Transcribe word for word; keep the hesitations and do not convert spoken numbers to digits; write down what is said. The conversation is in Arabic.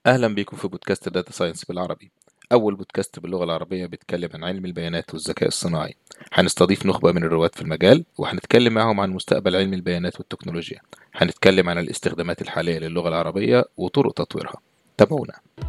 أهلا بيكم في بودكاست داتا ساينس بالعربي. أول بودكاست باللغة العربية بيتكلم عن علم البيانات والذكاء الصناعي. هنستضيف نخبة من الرواد في المجال وهنتكلم معهم عن مستقبل علم البيانات والتكنولوجيا. هنتكلم عن الاستخدامات الحالية للغة العربية وطرق تطويرها. تابعونا.